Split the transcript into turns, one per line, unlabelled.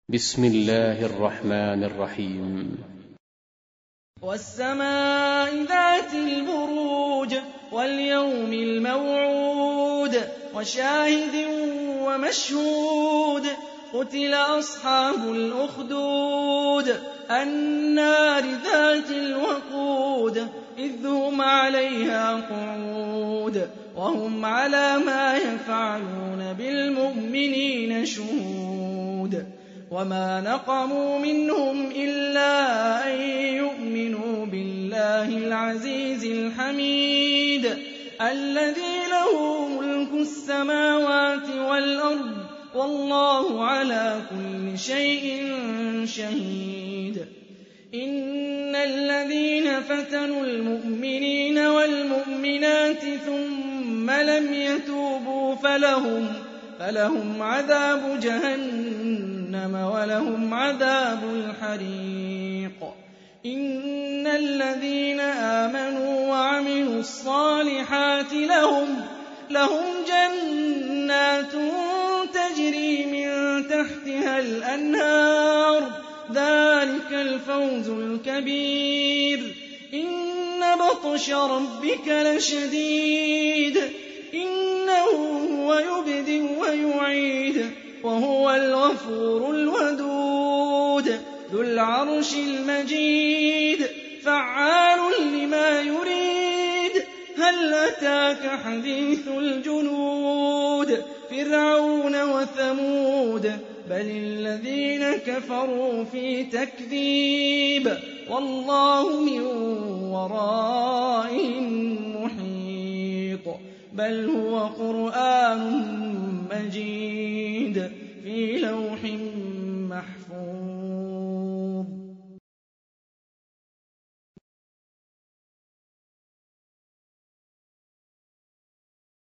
بسم الله الرحمن الرحيم.
والسماء ذات البروج واليوم الموعود وشاهد ومشهود قتل أصحاب الأخدود النار ذات الوقود إذ هم عليها قعود وهم على ما يفعلون بالمؤمنين شهود وما نقموا منهم إلا أن يؤمنوا بالله العزيز الحميد الذي له ملك السماوات والأرض والله على كل شيء شهيد. إن الذين فتنوا المؤمنين والمؤمنات ثم لم يتوبوا فلهم عذاب جهنم ولهم عذاب الحريق. إن الذين آمنوا وعملوا الصالحات لهم جنات تجري من تحتها الأنهار ذلك الفوز الكبير. إن بطش ربك لشديد إنه هو يبدئ ويعيد وهو الغفور الودود ذو العرش المجيد فعال لما يريد. هل أتاك حديث الجنود فرعون وثمود بل الذين كفروا في تكذيب والله من ورائهم محيط. بل هو قرآن مجيد في لوح محفوظ.